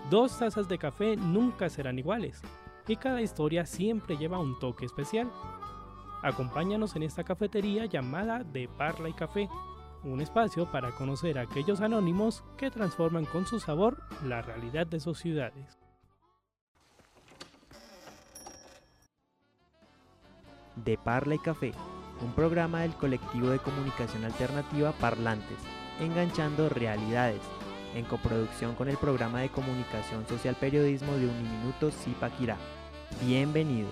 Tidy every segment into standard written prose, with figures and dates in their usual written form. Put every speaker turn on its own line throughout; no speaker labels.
2 tazas de café nunca serán iguales y cada historia siempre lleva un toque especial. Acompáñanos en esta cafetería llamada De Parla y Café, un espacio para conocer a aquellos anónimos que transforman con su sabor la realidad de sus ciudades.
De Parla y Café, un programa del colectivo de comunicación alternativa Parlantes, enganchando realidades, en coproducción con el programa de comunicación social periodismo de Uniminuto Zipaquirá. Bienvenidos.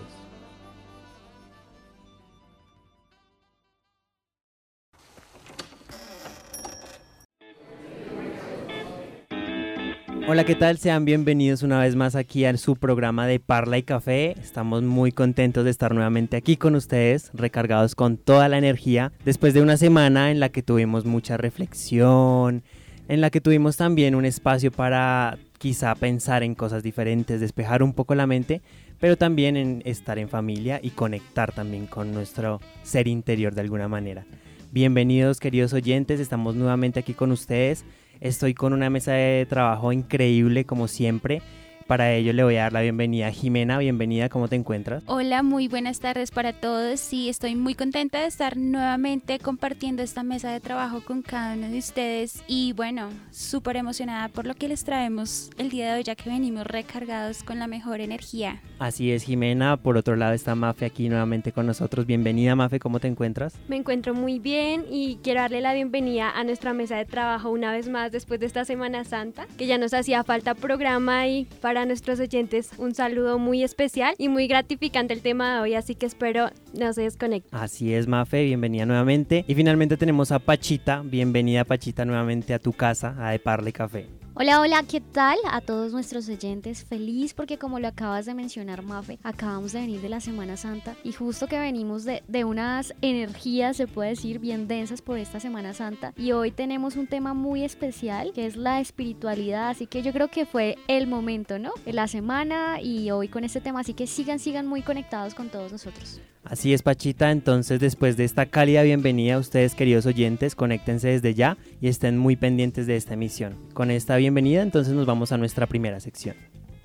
Hola, ¿qué tal? Sean bienvenidos una vez más aquí a su programa de Parla y Café. Estamos muy contentos de estar nuevamente aquí con ustedes, recargados con toda la energía, después de una semana en la que tuvimos mucha reflexión, en la que tuvimos también un espacio para quizá pensar en cosas diferentes, despejar un poco la mente, pero también en estar en familia y conectar también con nuestro ser interior de alguna manera. Bienvenidos, queridos oyentes, estamos nuevamente aquí con ustedes. Estoy con una mesa de trabajo increíble como siempre. Para ello le voy a dar la bienvenida a Jimena. Bienvenida, ¿cómo te encuentras?
Hola, muy buenas tardes para todos. Sí, estoy muy contenta de estar nuevamente compartiendo esta mesa de trabajo con cada uno de ustedes y bueno, súper emocionada por lo que les traemos el día de hoy, ya que venimos recargados con la mejor energía.
Así es, Jimena. Por otro lado está Mafe aquí nuevamente con nosotros. Bienvenida, Mafe, ¿cómo te encuentras?
Me encuentro muy bien y quiero darle la bienvenida a nuestra mesa de trabajo una vez más después de esta Semana Santa, que ya nos hacía falta programa y para nuestros oyentes un saludo muy especial y muy gratificante el tema de hoy, así que espero no se desconecten.
Así es, Mafe, bienvenida nuevamente. Y finalmente tenemos a Pachita. Bienvenida, Pachita, nuevamente a tu casa, a De Parla y Café.
Hola, ¿qué tal a todos nuestros oyentes? Feliz porque como lo acabas de mencionar, Mafe, acabamos de venir de la Semana Santa y justo que venimos de unas energías, se puede decir, bien densas por esta Semana Santa y hoy tenemos un tema muy especial que es la espiritualidad, así que yo creo que fue el momento, ¿no? De la semana y hoy con este tema, así que sigan muy conectados con todos nosotros.
Así es, Pachita, entonces después de esta cálida bienvenida a ustedes, queridos oyentes, conéctense desde ya y estén muy pendientes de esta emisión. Con esta bienvenida entonces nos vamos a nuestra primera sección.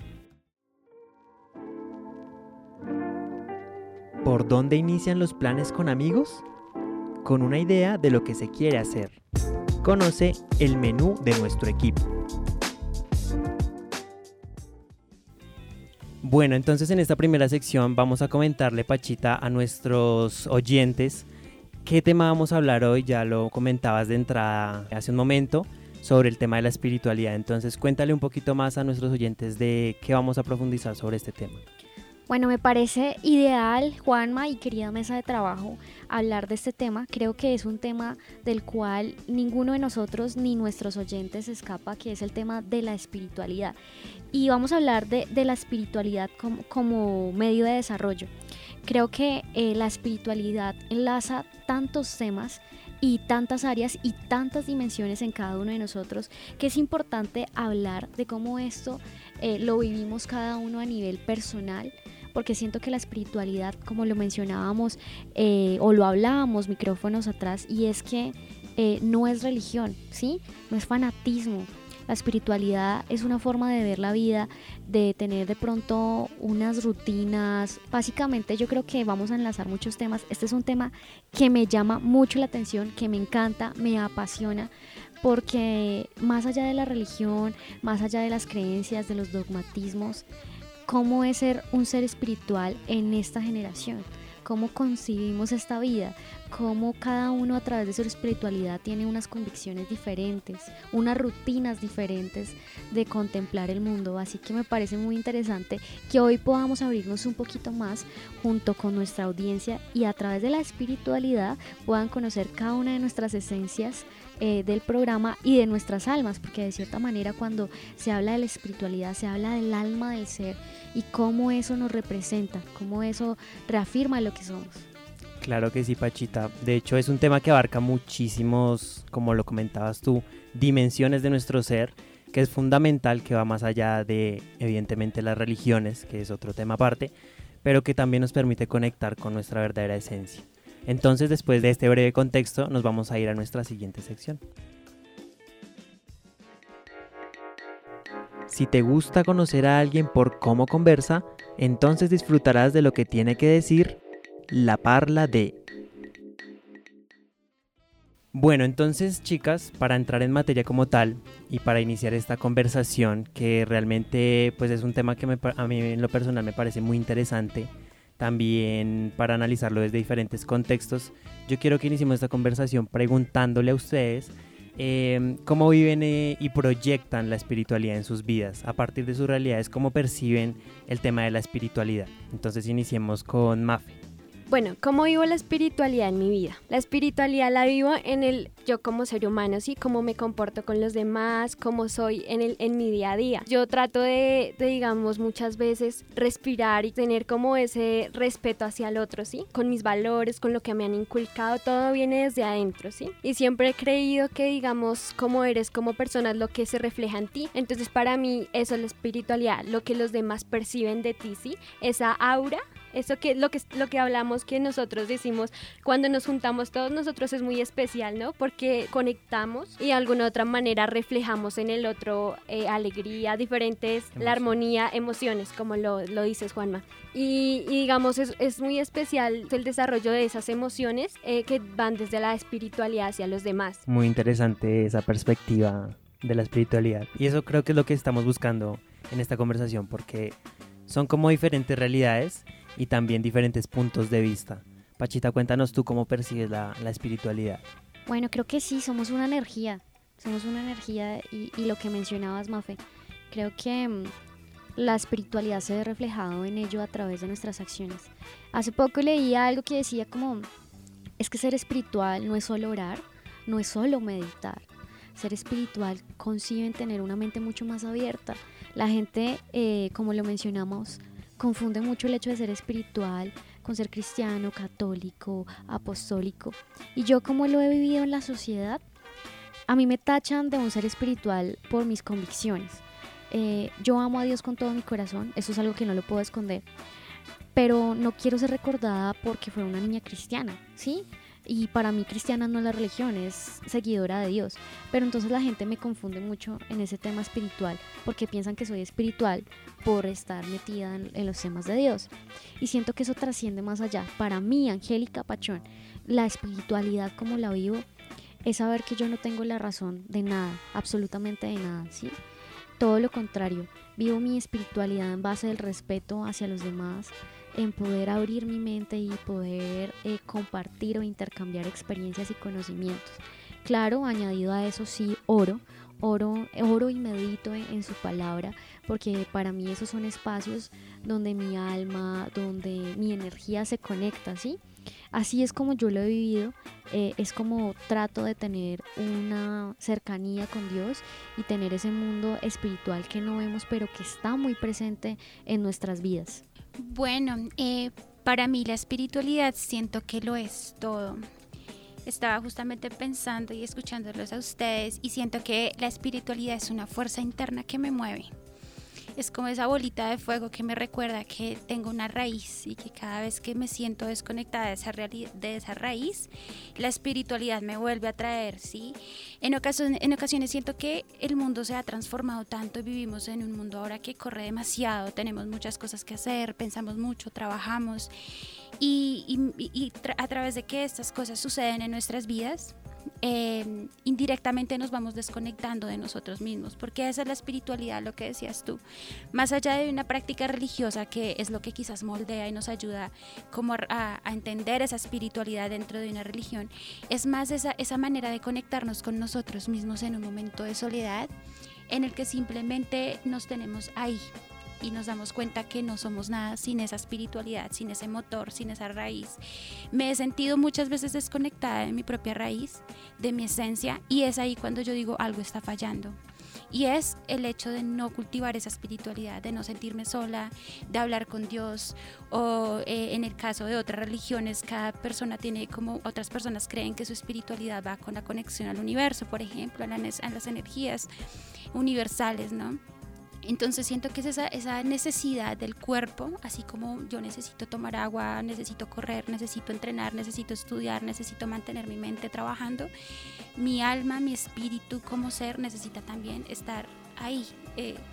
¿Por dónde inician los planes con amigos? Con una idea de lo que se quiere hacer. Conoce el menú de nuestro equipo. Bueno, entonces en esta primera sección vamos a comentarle, Pachita, a nuestros oyentes qué tema vamos a hablar hoy. Ya lo comentabas de entrada hace un momento sobre el tema de la espiritualidad. Entonces cuéntale un poquito más a nuestros oyentes de qué vamos a profundizar sobre este tema.
Bueno, me parece ideal, Juanma y querida mesa de trabajo, hablar de este tema. Creo que es un tema del cual ninguno de nosotros ni nuestros oyentes escapa, que es el tema de la espiritualidad. Y vamos a hablar de la espiritualidad como medio de desarrollo. Creo que la espiritualidad enlaza tantos temas y tantas áreas y tantas dimensiones en cada uno de nosotros que es importante hablar de cómo esto lo vivimos cada uno a nivel personal, porque siento que la espiritualidad, como lo mencionábamos o lo hablábamos micrófonos atrás, y es que no es religión, ¿sí? No es fanatismo. La espiritualidad es una forma de ver la vida, de tener de pronto unas rutinas. Básicamente yo creo que vamos a enlazar muchos temas. Este es un tema que me llama mucho la atención, que me encanta, me apasiona, porque más allá de la religión, más allá de las creencias, de los dogmatismos, ¿cómo es ser un ser espiritual en esta generación? ¿Cómo concibimos esta vida? Cómo cada uno a través de su espiritualidad tiene unas convicciones diferentes, unas rutinas diferentes de contemplar el mundo. Así que me parece muy interesante que hoy podamos abrirnos un poquito más junto con nuestra audiencia y a través de la espiritualidad puedan conocer cada una de nuestras esencias del programa y de nuestras almas, porque de cierta manera cuando se habla de la espiritualidad se habla del alma del ser y cómo eso nos representa, cómo eso reafirma lo que somos.
Claro que sí, Pachita. De hecho es un tema que abarca muchísimos, como lo comentabas tú, dimensiones de nuestro ser, que es fundamental, que va más allá de evidentemente las religiones, que es otro tema aparte, pero que también nos permite conectar con nuestra verdadera esencia. Entonces, después de este breve contexto, nos vamos a ir a nuestra siguiente sección. Si te gusta conocer a alguien por cómo conversa, entonces disfrutarás de lo que tiene que decir la parla de. Bueno, entonces chicas, para entrar en materia como tal y para iniciar esta conversación, que realmente pues es un tema que a mí en lo personal me parece muy interesante, también para analizarlo desde diferentes contextos, yo quiero que iniciemos esta conversación preguntándole a ustedes cómo viven y proyectan la espiritualidad en sus vidas, a partir de sus realidades, cómo perciben el tema de la espiritualidad. Entonces iniciemos con Mafe.
Bueno, ¿cómo vivo la espiritualidad en mi vida? La espiritualidad la vivo en el yo como ser humano, ¿sí? Cómo me comporto con los demás, cómo soy en mi día a día. Yo trato de, digamos, muchas veces respirar y tener como ese respeto hacia el otro, ¿sí? Con mis valores, con lo que me han inculcado, todo viene desde adentro, ¿sí? Y siempre he creído que, digamos, cómo eres como persona es lo que se refleja en ti. Entonces, para mí, eso es la espiritualidad, lo que los demás perciben de ti, ¿sí? Esa aura. Eso lo que hablamos, que nosotros decimos cuando nos juntamos todos nosotros es muy especial, ¿no? Porque conectamos y de alguna otra manera reflejamos en el otro alegría, diferentes, la armonía, emociones, como lo dices, Juanma. Y digamos, es muy especial el desarrollo de esas emociones que van desde la espiritualidad hacia los demás.
Muy interesante esa perspectiva de la espiritualidad. Y eso creo que es lo que estamos buscando en esta conversación, porque son como diferentes realidades y también diferentes puntos de vista. Pachita, cuéntanos tú cómo percibes la espiritualidad.
Bueno, creo que sí, somos una energía y lo que mencionabas, Mafe, creo que la espiritualidad se ve reflejado en ello a través de nuestras acciones. Hace poco leía algo que decía como, es que ser espiritual no es solo orar, no es solo meditar. Ser espiritual consiste en tener una mente mucho más abierta. La gente, como lo mencionamos, confunde mucho el hecho de ser espiritual con ser cristiano, católico, apostólico. Y yo, como lo he vivido en la sociedad, a mí me tachan de un ser espiritual por mis convicciones. Yo amo a Dios con todo mi corazón, eso es algo que no lo puedo esconder, pero no quiero ser recordada porque fue una niña cristiana, ¿sí? Y para mí cristiana no es la religión, es seguidora de Dios. Pero entonces la gente me confunde mucho en ese tema espiritual porque piensan que soy espiritual por estar metida en los temas de Dios. Y siento que eso trasciende más allá. Para mí, Angélica Pachón, la espiritualidad como la vivo es saber que yo no tengo la razón de nada, absolutamente de nada, ¿sí? Todo lo contrario, vivo mi espiritualidad en base del respeto hacia los demás, en poder abrir mi mente y poder compartir o intercambiar experiencias y conocimientos. Claro, añadido a eso sí, oro y medito en su palabra, porque para mí esos son espacios donde mi alma, donde mi energía se conecta, ¿sí? Así es como yo lo he vivido, es como trato de tener una cercanía con Dios y tener ese mundo espiritual que no vemos, pero que está muy presente en nuestras vidas.
Bueno, para mí la espiritualidad siento que lo es todo. Estaba justamente pensando y escuchándolos a ustedes y siento que la espiritualidad es una fuerza interna que me mueve. Es como esa bolita de fuego que me recuerda que tengo una raíz y que cada vez que me siento desconectada de esa raíz, la espiritualidad me vuelve a traer, ¿sí? En ocasiones siento que el mundo se ha transformado tanto y vivimos en un mundo ahora que corre demasiado, tenemos muchas cosas que hacer, pensamos mucho, trabajamos y a través de que estas cosas suceden en nuestras vidas, indirectamente nos vamos desconectando de nosotros mismos, porque esa es la espiritualidad, lo que decías tú, más allá de una práctica religiosa que es lo que quizás moldea y nos ayuda como a entender esa espiritualidad dentro de una religión, es más esa manera de conectarnos con nosotros mismos en un momento de soledad en el que simplemente nos tenemos ahí y nos damos cuenta que no somos nada sin esa espiritualidad, sin ese motor, sin esa raíz. Me he sentido muchas veces desconectada de mi propia raíz, de mi esencia, y es ahí cuando yo digo algo está fallando. Y es el hecho de no cultivar esa espiritualidad, de no sentirme sola, de hablar con Dios, o en el caso de otras religiones, cada persona tiene como otras personas creen que su espiritualidad va con la conexión al universo, por ejemplo, a las energías universales, ¿no? Entonces siento que es esa necesidad del cuerpo, así como yo necesito tomar agua, necesito correr, necesito entrenar, necesito estudiar, necesito mantener mi mente trabajando, mi alma, mi espíritu como ser necesita también estar ahí,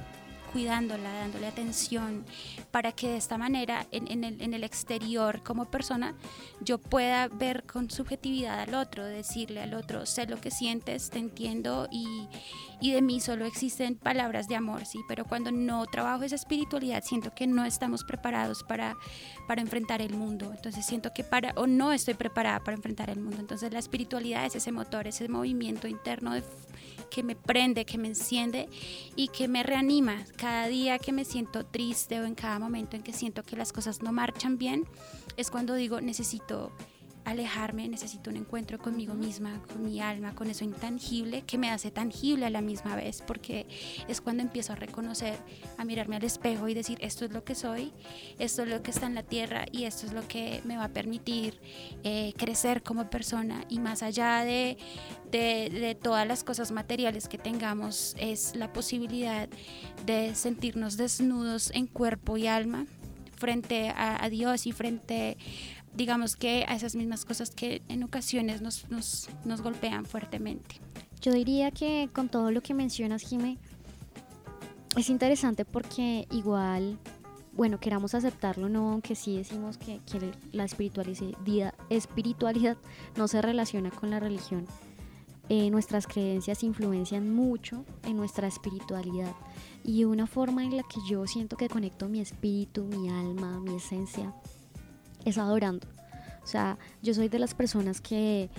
cuidándola, dándole atención, para que de esta manera en el exterior como persona yo pueda ver con subjetividad al otro, decirle al otro, sé lo que sientes, te entiendo y de mí solo existen palabras de amor, ¿sí? Pero cuando no trabajo esa espiritualidad siento que no estamos preparados para enfrentar el mundo, entonces siento que no estoy preparada para enfrentar el mundo. Entonces la espiritualidad es ese motor, ese movimiento interno que me prende, que me enciende y que me reanima cada día que me siento triste o en cada momento en que siento que las cosas no marchan bien. Es cuando digo, necesito alejarme, necesito un encuentro conmigo misma, con mi alma, con eso intangible que me hace tangible a la misma vez, porque es cuando empiezo a reconocer, a mirarme al espejo y decir, esto es lo que soy, esto es lo que está en la tierra y esto es lo que me va a permitir crecer como persona. Y más allá de todas las cosas materiales que tengamos, es la posibilidad de sentirnos desnudos en cuerpo y alma frente a Dios y frente, digamos, que a esas mismas cosas que en ocasiones nos golpean fuertemente.
Yo diría que con todo lo que mencionas, Jimé, es interesante porque igual, bueno, queramos aceptarlo o no, aunque sí decimos que la espiritualidad no se relaciona con la religión. Nuestras creencias influencian mucho en nuestra espiritualidad, y una forma en la que yo siento que conecto mi espíritu, mi alma, mi esencia, es adorando. O sea, yo soy de las personas que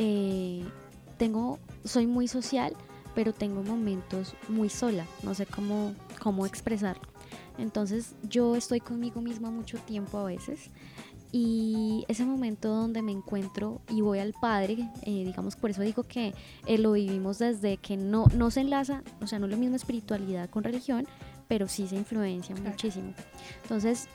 soy muy social, pero tengo momentos muy sola, no sé cómo expresarlo. Entonces yo estoy conmigo misma mucho tiempo a veces, y ese momento donde me encuentro y voy al Padre, digamos, por eso digo que lo vivimos desde que no se enlaza, o sea, no es lo mismo espiritualidad con religión, pero sí se influencia muchísimo. Entonces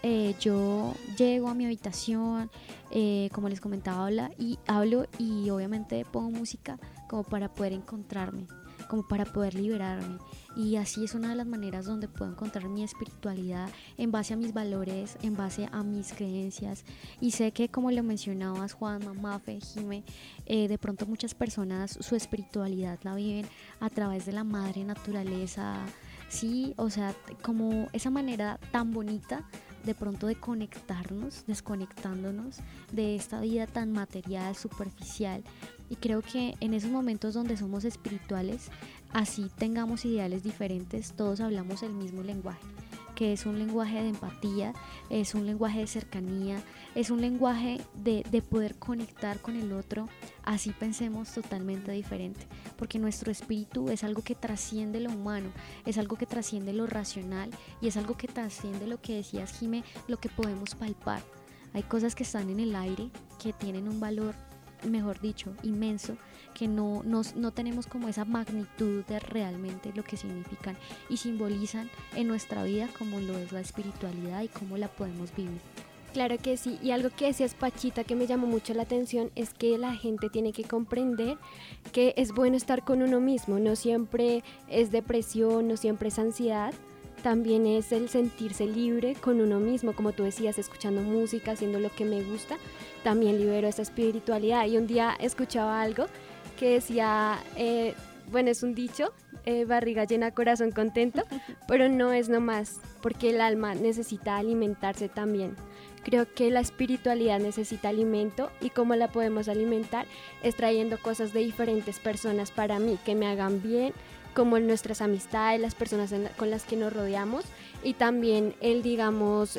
yo llego a mi habitación, como les comentaba, hablo y obviamente pongo música como para poder encontrarme, como para poder liberarme, y así es una de las maneras donde puedo encontrar mi espiritualidad en base a mis valores, en base a mis creencias. Y sé que, como lo mencionabas, Juanma, Mafe, Jime, de pronto muchas personas su espiritualidad la viven a través de la madre naturaleza, sí, o sea, como esa manera tan bonita de pronto de conectarnos, desconectándonos de esta vida tan material, superficial. Y creo que en esos momentos donde somos espirituales, así tengamos ideales diferentes, todos hablamos el mismo lenguaje, que es un lenguaje de empatía, es un lenguaje de cercanía, es un lenguaje de poder conectar con el otro, así pensemos totalmente diferente, porque nuestro espíritu es algo que trasciende lo humano, es algo que trasciende lo racional y es algo que trasciende lo que decías, Jime, lo que podemos palpar. Hay cosas que están en el aire, que tienen un valor, mejor dicho, inmenso, que no tenemos como esa magnitud de realmente lo que significan y simbolizan en nuestra vida, como lo es la espiritualidad y cómo la podemos vivir.
Claro que sí, y algo que decías, Pachita, que me llamó mucho la atención, es que la gente tiene que comprender que es bueno estar con uno mismo, no siempre es depresión, no siempre es ansiedad, también es el sentirse libre con uno mismo, como tú decías, escuchando música, haciendo lo que me gusta, también libero esa espiritualidad. Y un día escuchaba algo que decía, bueno, es un dicho, barriga llena, corazón contento, pero no es nomás, porque el alma necesita alimentarse también. Creo que la espiritualidad necesita alimento, y cómo la podemos alimentar es trayendo cosas de diferentes personas para mí, que me hagan bien, como nuestras amistades, las personas con las que nos rodeamos, y también el, digamos,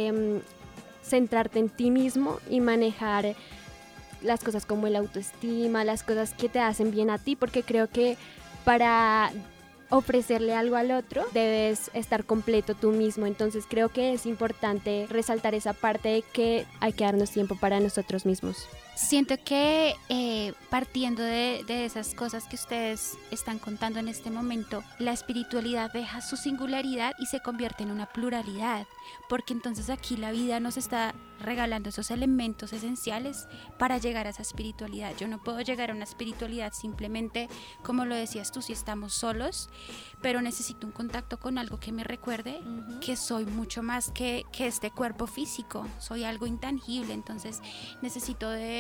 centrarte en ti mismo y manejar las cosas como el autoestima, las cosas que te hacen bien a ti, porque creo que para ofrecerle algo al otro debes estar completo tú mismo. Entonces creo que es importante resaltar esa parte de que hay que darnos tiempo para nosotros mismos.
Siento que partiendo de esas cosas que ustedes están contando en este momento, la espiritualidad deja su singularidad y se convierte en una pluralidad, porque entonces aquí la vida nos está regalando esos elementos esenciales para llegar a esa espiritualidad. Yo no puedo llegar a una espiritualidad simplemente, como lo decías tú, si estamos solos, pero necesito un contacto con algo que me recuerde que soy mucho más que este cuerpo físico, soy algo intangible. Entonces necesito de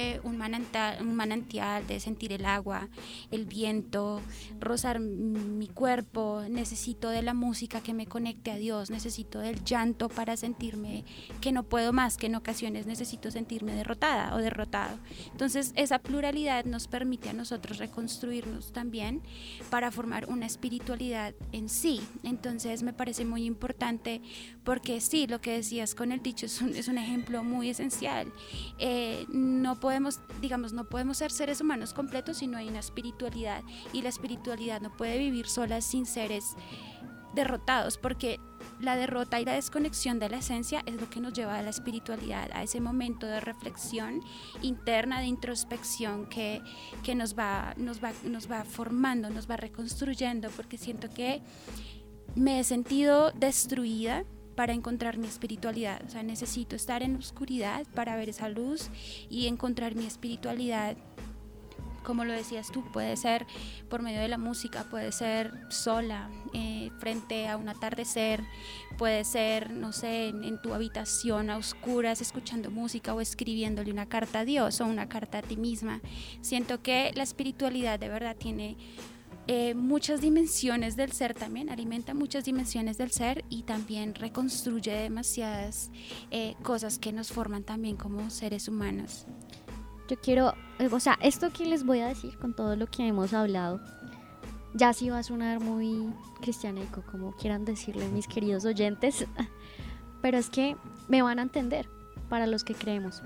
de un manantial, de sentir el agua, el viento, rozar mi cuerpo. Necesito de la música que me conecte a Dios, necesito del llanto para sentirme que no puedo más, que en ocasiones necesito sentirme derrotada o derrotado. Entonces esa pluralidad nos permite a nosotros reconstruirnos también para formar una espiritualidad en sí. Entonces me parece muy importante porque sí, lo que decías con el dicho es un ejemplo muy esencial. No podemos ser seres humanos completos si no hay una espiritualidad, y la espiritualidad no puede vivir sola sin seres derrotados, porque la derrota y la desconexión de la esencia es lo que nos lleva a la espiritualidad, a ese momento de reflexión interna, de introspección que nos va formando, nos va reconstruyendo, porque siento que me he sentido destruida para encontrar mi espiritualidad. O sea, necesito estar en oscuridad para ver esa luz y encontrar mi espiritualidad. Como lo decías tú, puede ser por medio de la música, puede ser sola, frente a un atardecer, puede ser, no sé, en tu habitación a oscuras, escuchando música o escribiéndole una carta a Dios o una carta a ti misma. Siento que la espiritualidad de verdad tiene muchas dimensiones del ser también, alimenta muchas dimensiones del ser y también reconstruye demasiadas cosas que nos forman también como seres humanos.
Yo quiero, esto que les voy a decir con todo lo que hemos hablado, ya sí va a sonar muy cristianico, como quieran decirle mis queridos oyentes, pero es que me van a entender, para los que creemos.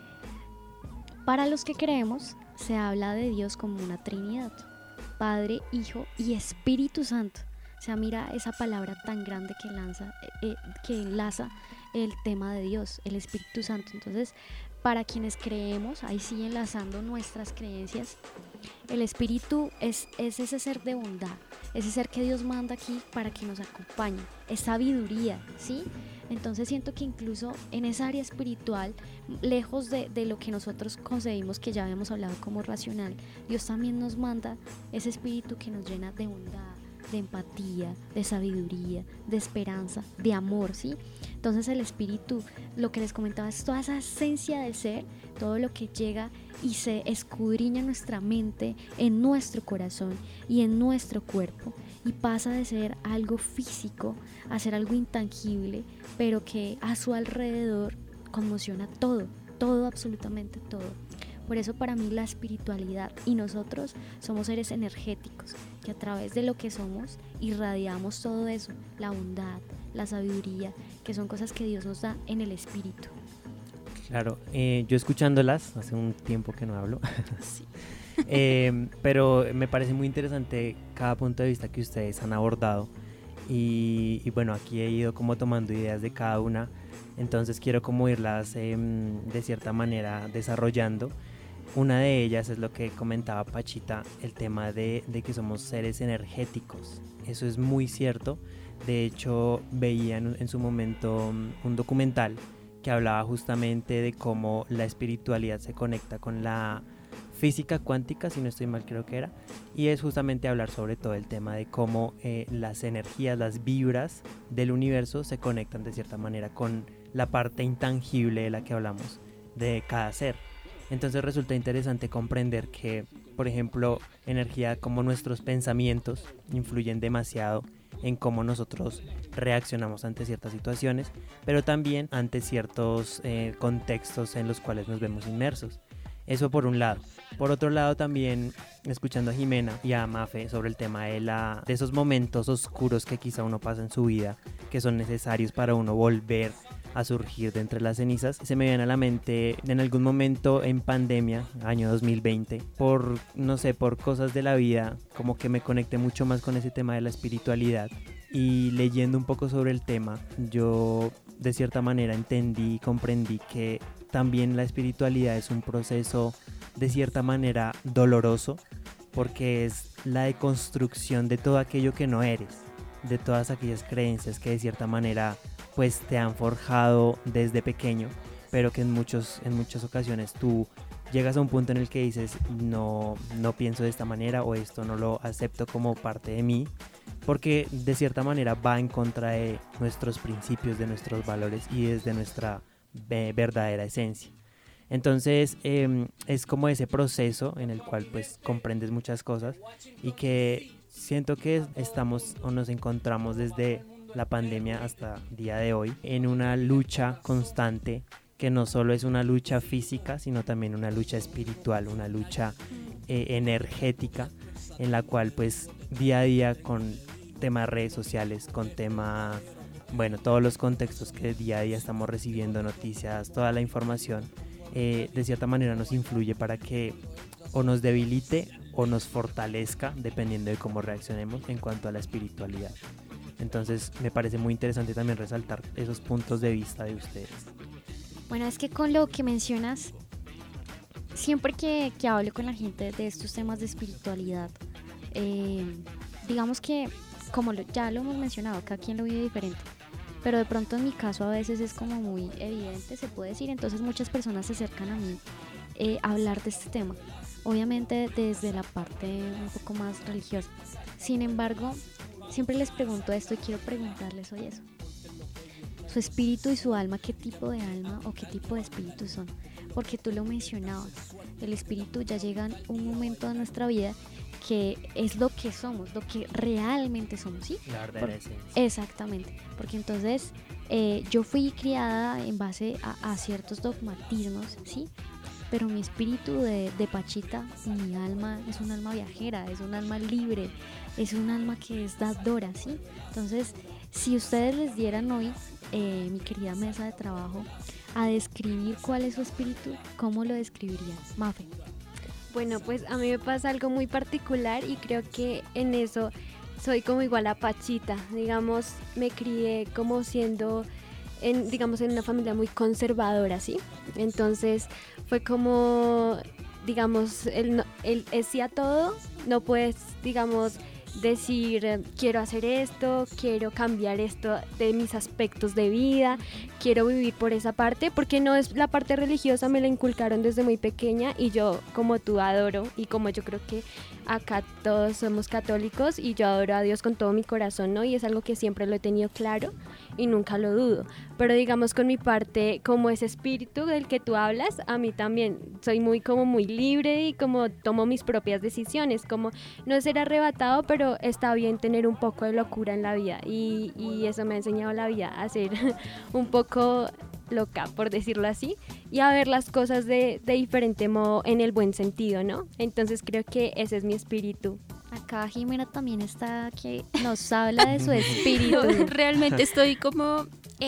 Para los que creemos, se habla de Dios como una Trinidad, Padre, Hijo y Espíritu Santo. O sea, mira esa palabra tan grande que enlaza el tema de Dios, el Espíritu Santo. Entonces, para quienes creemos, ahí sí enlazando nuestras creencias, el Espíritu es ese ser de bondad, ese ser que Dios manda aquí para que nos acompañe, es sabiduría, ¿sí? Entonces siento que incluso en esa área espiritual, lejos de lo que nosotros concebimos, que ya habíamos hablado como racional, Dios también nos manda ese espíritu que nos llena de bondad, de empatía, de sabiduría, de esperanza, de amor, ¿sí? Entonces el espíritu, lo que les comentaba, es toda esa esencia del ser, todo lo que llega y se escudriña en nuestra mente, en nuestro corazón y en nuestro cuerpo, y pasa de ser algo físico a ser algo intangible, pero que a su alrededor conmociona todo, absolutamente todo. Por eso para mí la espiritualidad y nosotros somos seres energéticos que a través de lo que somos irradiamos todo eso, la bondad, la sabiduría, que son cosas que Dios nos da en el espíritu.
Claro, yo escuchándolas, hace un tiempo que no hablo,
Sí.
pero me parece muy interesante cada punto de vista que ustedes han abordado y bueno, aquí he ido como tomando ideas de cada una, entonces quiero como irlas de cierta manera desarrollando. Una de ellas es lo que comentaba Pachita, el tema de que somos seres energéticos. Eso es muy cierto. De hecho, veía en su momento un documental que hablaba justamente de cómo la espiritualidad se conecta con la física cuántica, si no estoy mal creo que era, y es justamente hablar sobre todo el tema de cómo las energías, las vibras del universo se conectan de cierta manera con la parte intangible de la que hablamos, de cada ser. Entonces resulta interesante comprender que, por ejemplo, energía como nuestros pensamientos influyen demasiado en cómo nosotros reaccionamos ante ciertas situaciones, pero también ante ciertos contextos en los cuales nos vemos inmersos. Eso por un lado. Por otro lado también, escuchando a Jimena y a Mafe sobre el tema de esos momentos oscuros que quizá uno pasa en su vida, que son necesarios para uno volver a surgir de entre las cenizas, se me viene a la mente en algún momento en pandemia, año 2020, por cosas de la vida, como que me conecté mucho más con ese tema de la espiritualidad, y leyendo un poco sobre el tema, yo de cierta manera entendí y comprendí que también la espiritualidad es un proceso de cierta manera doloroso, porque es la deconstrucción de todo aquello que no eres, de todas aquellas creencias que de cierta manera pues te han forjado desde pequeño, pero que en muchas ocasiones tú llegas a un punto en el que dices no pienso de esta manera, o esto no lo acepto como parte de mí, porque de cierta manera va en contra de nuestros principios, de nuestros valores y desde nuestra verdadera esencia. Entonces es como ese proceso en el cual pues comprendes muchas cosas y que siento que estamos o nos encontramos desde la pandemia hasta el día de hoy en una lucha constante que no solo es una lucha física, sino también una lucha espiritual, una lucha energética, en la cual pues día a día con temas redes sociales, con temas, bueno, todos los contextos que día a día estamos recibiendo, noticias, toda la información, de cierta manera nos influye para que o nos debilite o nos fortalezca, dependiendo de cómo reaccionemos en cuanto a la espiritualidad. Entonces me parece muy interesante también resaltar esos puntos de vista de ustedes.
Bueno, es que con lo que mencionas, siempre que hablo con la gente de estos temas de espiritualidad, digamos que, como ya lo hemos mencionado, cada quien lo vive diferente, pero de pronto en mi caso a veces es como muy evidente, se puede decir, entonces muchas personas se acercan a mí a hablar de este tema, obviamente desde la parte un poco más religiosa. Sin embargo, siempre les pregunto esto y quiero preguntarles hoy eso. Su espíritu y su alma, ¿qué tipo de alma o qué tipo de espíritu son? Porque tú lo mencionabas, el espíritu ya llega en un momento de nuestra vida que es lo que somos, lo que realmente somos, ¿sí?
La verdadera esencia.
Exactamente, porque entonces yo fui criada en base a ciertos dogmatismos, ¿sí? Pero mi espíritu de Pachita, mi alma es un alma viajera, es un alma libre, es un alma que es dadora, ¿sí? Entonces, si ustedes les dieran hoy, mi querida mesa de trabajo, a describir cuál es su espíritu, ¿cómo lo describirían? Mafe.
Bueno, pues a mí me pasa algo muy particular y creo que en eso soy como igual a Pachita. Digamos, me crié como siendo, digamos, en una familia muy conservadora, ¿sí? Entonces fue como, digamos, el es sí a todo, no puedes, digamos, decir quiero hacer esto, quiero cambiar esto de mis aspectos de vida, quiero vivir por esa parte, porque no es la parte religiosa, me la inculcaron desde muy pequeña y yo como tú adoro y como yo creo que acá todos somos católicos y yo adoro a Dios con todo mi corazón, ¿no? Y es algo que siempre lo he tenido claro y nunca lo dudo, pero digamos con mi parte como ese espíritu del que tú hablas, a mí también soy muy libre y como tomo mis propias decisiones, como no ser arrebatado, pero está bien tener un poco de locura en la vida y eso me ha enseñado la vida a ser un poco loca, por decirlo así, y a ver las cosas de diferente modo en el buen sentido, ¿no? Entonces creo que ese es mi espíritu.
Acá Jimena también está que nos habla de su espíritu.
Realmente estoy como...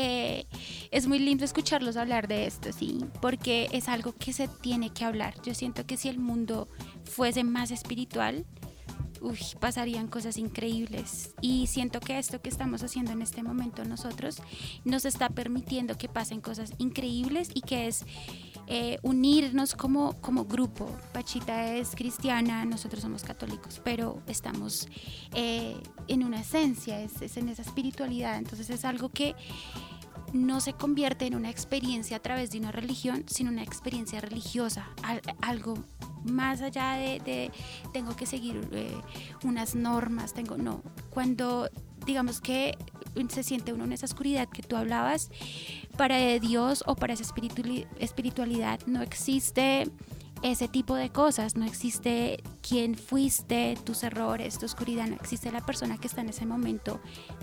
es muy lindo escucharlos hablar de esto, sí, porque es algo que se tiene que hablar. Yo siento que si el mundo fuese más espiritual, pasarían cosas increíbles y siento que esto que estamos haciendo en este momento nosotros nos está permitiendo que pasen cosas increíbles y que es unirnos como grupo. Pachita es cristiana, nosotros somos católicos, pero estamos en una esencia, es en esa espiritualidad, entonces es algo que no se convierte en una experiencia a través de una religión, sino una experiencia religiosa, algo más allá de tengo que seguir unas normas, cuando digamos que se siente uno en esa oscuridad que tú hablabas, para Dios o para esa espiritualidad no existe ese tipo de cosas, no existe quién fuiste, tus errores, tu oscuridad, no existe la persona que está en ese momento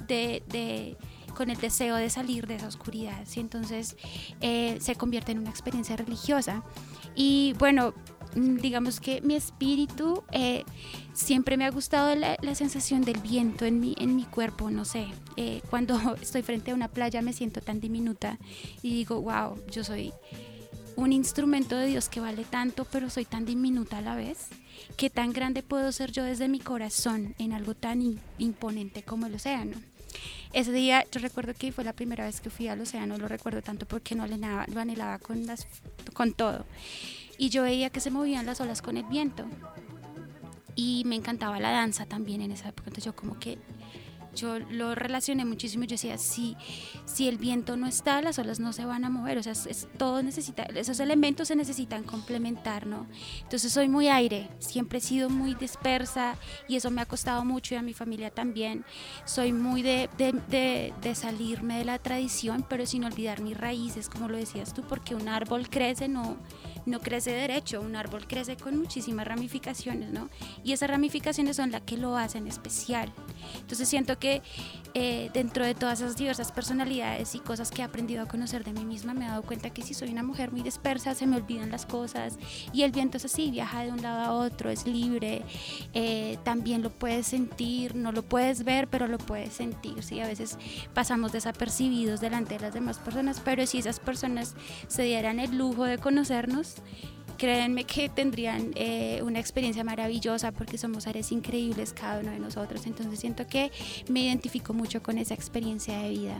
con el deseo de salir de esa oscuridad, ¿sí? Entonces se convierte en una experiencia religiosa y bueno, digamos que mi espíritu siempre me ha gustado la sensación del viento en mi cuerpo, no sé, cuando estoy frente a una playa me siento tan diminuta y digo, wow, yo soy un instrumento de Dios que vale tanto, pero soy tan diminuta a la vez, que tan grande puedo ser yo desde mi corazón en algo tan imponente como el océano. Ese día yo recuerdo que fue la primera vez que fui al océano, lo recuerdo tanto porque lo anhelaba con todo. Y yo veía que se movían las olas con el viento. Y me encantaba la danza también en esa época. Entonces yo como que yo lo relacioné muchísimo. Yo decía, si el viento no está, las olas no se van a mover. O sea, todo necesita, esos elementos se necesitan complementar, ¿no? Entonces soy muy aire, siempre he sido muy dispersa y eso me ha costado mucho, y a mi familia también. Soy muy de salirme de la tradición, pero sin olvidar mis raíces, como lo decías tú, porque un árbol crece, no crece derecho, un árbol crece con muchísimas ramificaciones, ¿no? Y esas ramificaciones son las que lo hacen especial. Entonces siento que dentro de todas esas diversas personalidades y cosas que he aprendido a conocer de mí misma, me he dado cuenta que si soy una mujer muy dispersa, se me olvidan las cosas, y el viento es así, viaja de un lado a otro, es libre, también lo puedes sentir, no lo puedes ver, pero lo puedes sentir, ¿sí? A veces pasamos desapercibidos delante de las demás personas, pero si esas personas se dieran el lujo de conocernos, créanme que tendrían una experiencia maravillosa, porque somos seres increíbles cada uno de nosotros. Entonces siento que me identifico mucho con esa experiencia de vida.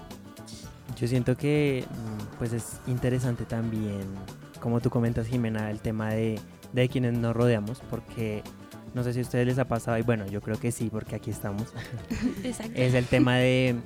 Yo siento que pues es interesante también, como tú comentas, Jimena, el tema de quienes nos rodeamos, porque no sé si a ustedes les ha pasado, y bueno, yo creo que sí, porque aquí estamos.
Exacto.
Es el tema de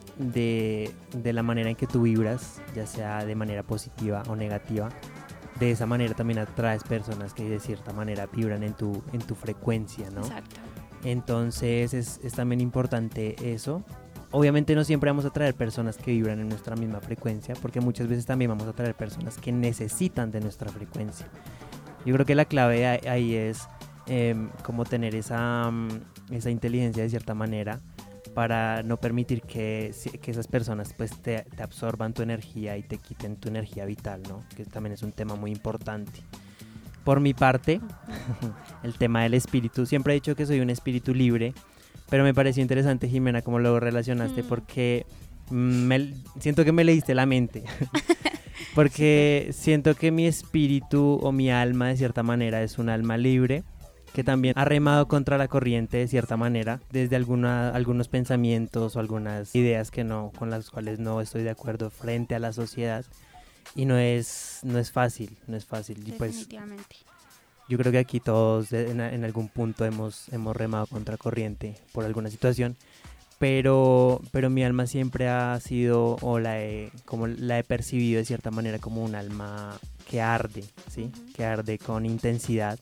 la manera en que tú vibras, ya sea de manera positiva o negativa. De esa manera también atraes personas que de cierta manera vibran en tu frecuencia, ¿no?
Exacto.
Entonces es también importante eso. Obviamente no siempre vamos a traer personas que vibran en nuestra misma frecuencia, porque muchas veces también vamos a traer personas que necesitan de nuestra frecuencia. Yo creo que la clave ahí es como tener esa inteligencia de cierta manera, para no permitir que esas personas pues te absorban tu energía y te quiten tu energía vital, ¿no? Que también es un tema muy importante. Por mi parte, el tema del espíritu, siempre he dicho que soy un espíritu libre, pero me pareció interesante, Jimena, cómo lo relacionaste, porque siento que me leíste la mente. Porque siento que mi espíritu o mi alma de cierta manera es un alma libre, que también ha remado contra la corriente de cierta manera, desde algunos pensamientos o algunas ideas con las cuales no estoy de acuerdo frente a la sociedad, y no es fácil. Y pues
Definitivamente.
yo creo que aquí todos en algún punto hemos remado contra corriente por alguna situación, pero mi alma siempre ha sido, o la he percibido de cierta manera como un alma que arde, ¿sí? Uh-huh. Que arde con intensidad.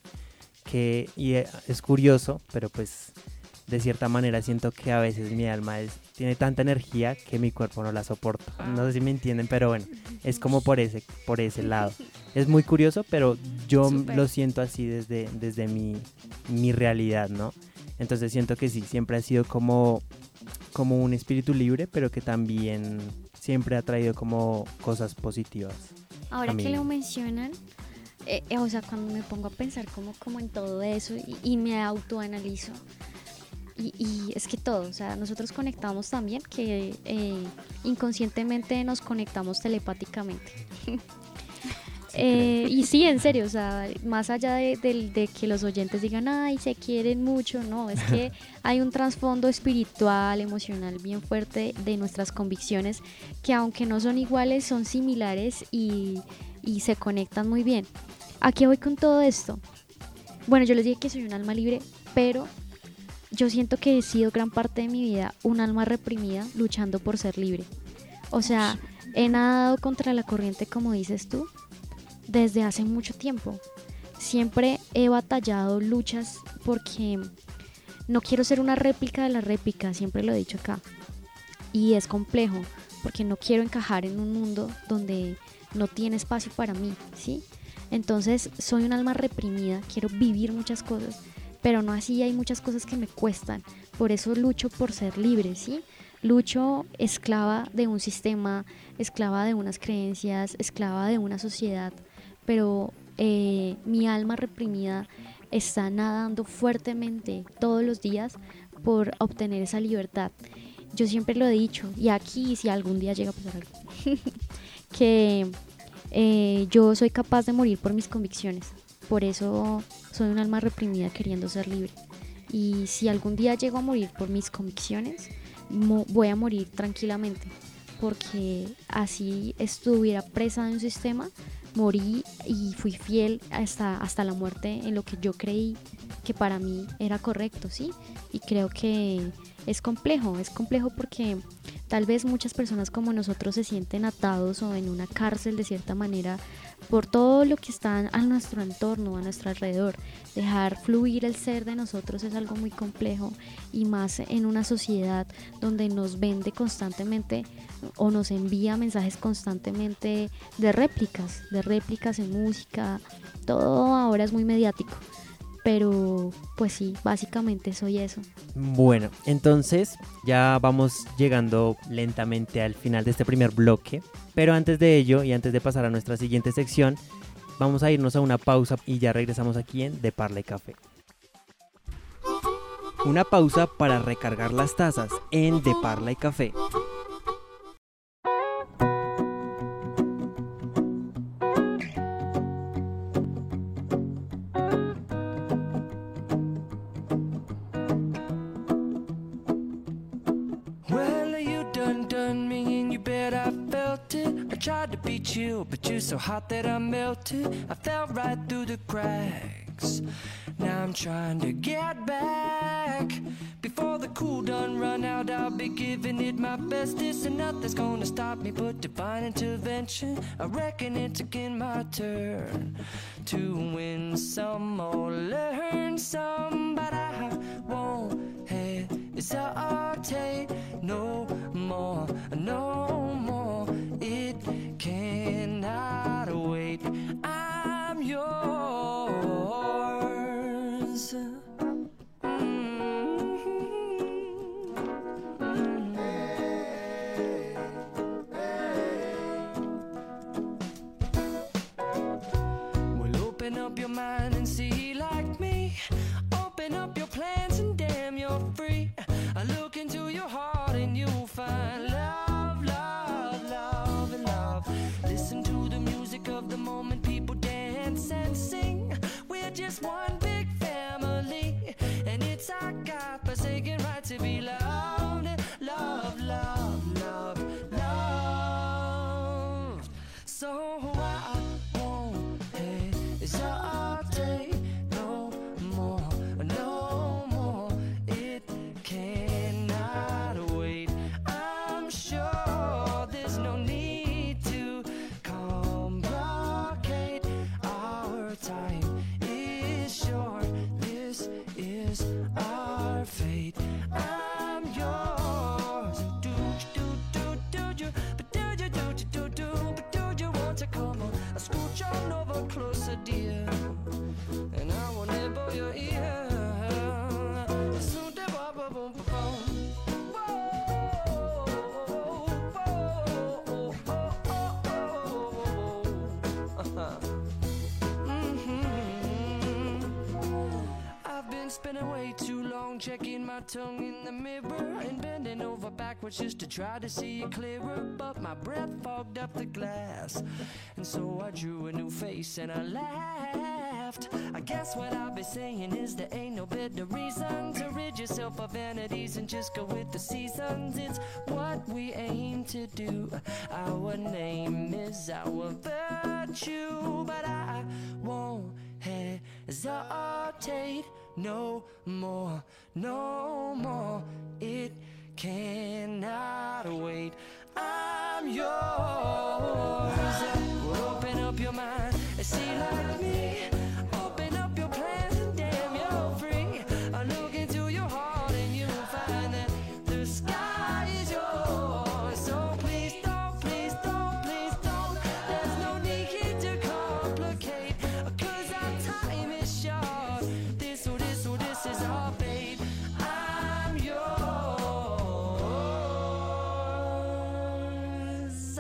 Y es curioso, pero pues de cierta manera siento que a veces mi alma tiene tanta energía que mi cuerpo no la soporta. No sé si me entienden, pero bueno, es como por ese lado. Es muy curioso, pero yo lo siento así desde mi realidad, ¿no? Entonces siento que sí, siempre ha sido como un espíritu libre, pero que también siempre ha traído como cosas positivas.
Ahora que lo mencionan, o sea, cuando me pongo a pensar como en todo eso y me autoanalizo, y es que todo, o sea, nosotros conectamos también, que inconscientemente nos conectamos telepáticamente. Y sí, en serio, o sea, más allá de que los oyentes digan, ay, se quieren mucho, no, es que hay un trasfondo espiritual, emocional bien fuerte de nuestras convicciones, que aunque no son iguales, son similares y se conectan muy bien. ¿A qué voy con todo esto? Bueno, yo les dije que soy un alma libre, pero yo siento que he sido gran parte de mi vida un alma reprimida luchando por ser libre. O sea, he nadado contra la corriente, como dices tú, desde hace mucho tiempo. Siempre he batallado luchas porque no quiero ser una réplica de la réplica, siempre lo he dicho acá. Y es complejo, porque no quiero encajar en un mundo donde no tiene espacio para mí, ¿sí? Entonces soy un alma reprimida, quiero vivir muchas cosas, pero no así, hay muchas cosas que me cuestan. Por eso lucho por ser libre, ¿sí? Lucho esclava de un sistema, esclava de unas creencias, esclava de una sociedad, pero mi alma reprimida está nadando fuertemente todos los días por obtener esa libertad. Yo siempre lo he dicho, y aquí si algún día llega a pasar algo, que yo soy capaz de morir por mis convicciones. Por eso soy un alma reprimida queriendo ser libre. Y si algún día llego a morir por mis convicciones, voy a morir tranquilamente, porque así estuviera presa de un sistema, morí y fui fiel hasta la muerte en lo que yo creí que para mí era correcto, ¿sí? Y creo que es complejo porque tal vez muchas personas como nosotros se sienten atados o en una cárcel de cierta manera por todo lo que está a nuestro entorno, a nuestro alrededor. Dejar fluir el ser de nosotros es algo muy complejo, y más en una sociedad donde nos vende constantemente o nos envía mensajes constantemente de réplicas en música. Todo ahora es muy mediático, pero pues sí, básicamente soy eso.
Bueno, entonces ya vamos llegando lentamente al final de este primer bloque, pero antes de ello y antes de pasar a nuestra siguiente sección, vamos a irnos a una pausa y ya regresamos aquí en De Parla y Café. Una pausa para recargar las tazas en De Parla y Café.
Tried to be chill, but you're so hot that I melted. I fell right through the cracks. Now I'm trying to get back. Before the cool done run out, I'll be giving it my best. This and nothing's gonna stop me but divine intervention. I reckon it's again my turn to win some or learn some, but I won't hesitate no more, no more. It cannot wait. I'm yours. Well, open up your mind and see like me. Open up your plans and damn, you're free. I look into your heart and you'll find love, love, love, and love. Listen to the music of the moment, people dance and sing. We're just one big family, and it's our God-forsaken right to be loved, love, love, love, love. So I won't hesitate no more, no more. It cannot wait. I'm sure there's no need to complicate. Our time is short. This is our fate. I'm yours. Do you, but do you, but do you want to come on? I scooch on over closer, dear, and I will nibble your ear. I've been spending way too long checking my tongue in the mirror and bending over backwards just to try to see it clearer, but my breath fogged up the glass, and so I drew a new face and I laughed. I guess what I'll be saying is there ain't no better reason to rid yourself of vanities and just go with the seasons. It's what we aim to do. Our name is our virtue, but I won't hesitate no more, no more. It cannot wait. I'm yours. Open up your mind and see like me. Open up your plans and damn, you're free. I look into your heart and you'll find that the sky is yours. So please don't, please don't, please don't. There's no need to complicate, 'cause our time is short. This is our fate. I'm yours.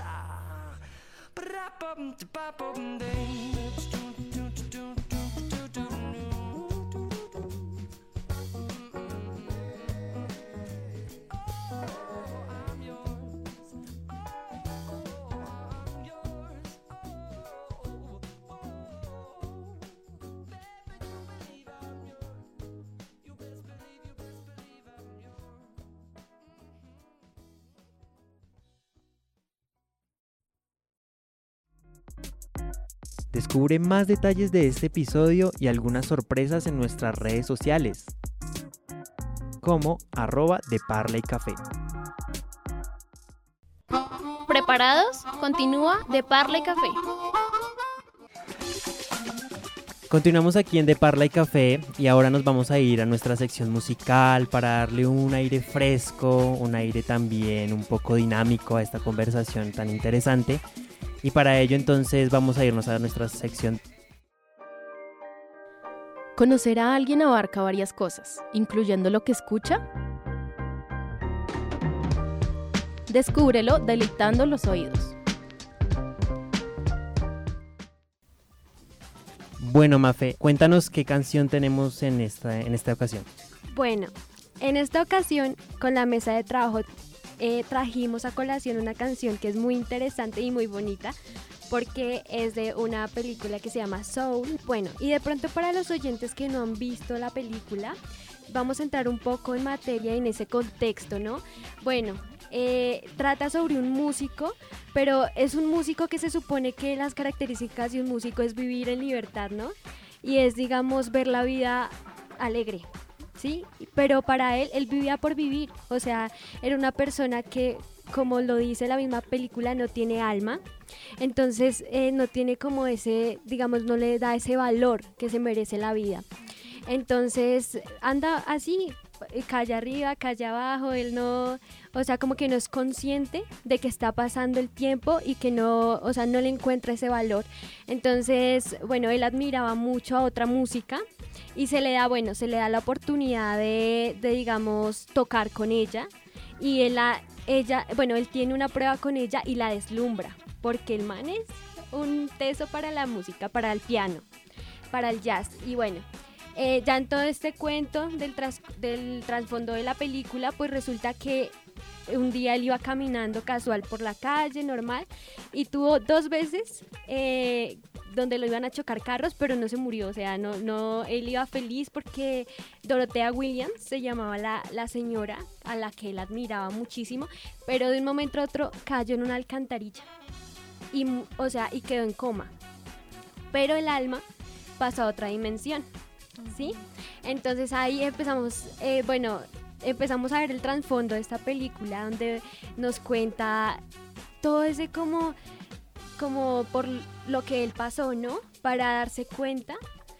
Descubre más detalles de este episodio y algunas sorpresas en nuestras redes sociales. como @deparlaycafé.
¿Preparados? Continúa De Parla y Café.
Continuamos aquí en De Parla y Café y ahora nos vamos a ir a nuestra sección musical para darle un aire fresco, un aire también un poco dinámico a esta conversación tan interesante. Y para ello entonces vamos a irnos a nuestra sección.
Conocer a alguien abarca varias cosas, incluyendo lo que escucha. Descúbrelo deleitando los oídos.
Bueno, Mafe, cuéntanos qué canción tenemos en esta ocasión.
Bueno, en esta ocasión con la mesa de trabajo trajimos a colación una canción que es muy interesante y muy bonita porque es de una película que se llama Soul. Bueno, y de pronto para los oyentes que no han visto la película, vamos a entrar un poco en materia en ese contexto, ¿no? Bueno, trata sobre un músico, pero es un músico que se supone que las características de un músico es vivir en libertad, ¿no? Y es, digamos, ver la vida alegre, ¿sí? Pero para él vivía por vivir, o sea, era una persona que, como lo dice la misma película, no tiene alma, entonces no tiene como ese, digamos, no le da ese valor que se merece la vida. Entonces anda así, calle arriba, calle abajo, él no, o sea, como que no es consciente de que está pasando el tiempo y que no, o sea, no le encuentra ese valor. Entonces, bueno, él admiraba mucho a otra música y se le da la oportunidad de digamos, tocar con ella y él tiene una prueba con ella y la deslumbra, porque el man es un teso para la música, para el piano, para el jazz. Y bueno, ya en todo este cuento del trasfondo de la película, pues resulta que un día él iba caminando casual por la calle, normal, y tuvo 2 veces donde lo iban a chocar carros, pero no se murió, o sea, no, él iba feliz porque Dorothea Williams se llamaba la señora a la que él admiraba muchísimo, pero de un momento a otro cayó en una alcantarilla y quedó en coma, pero el alma pasó a otra dimensión, ¿sí? Entonces ahí empezamos a ver el trasfondo de esta película, donde nos cuenta todo ese como por lo que él pasó, ¿no? Para darse cuenta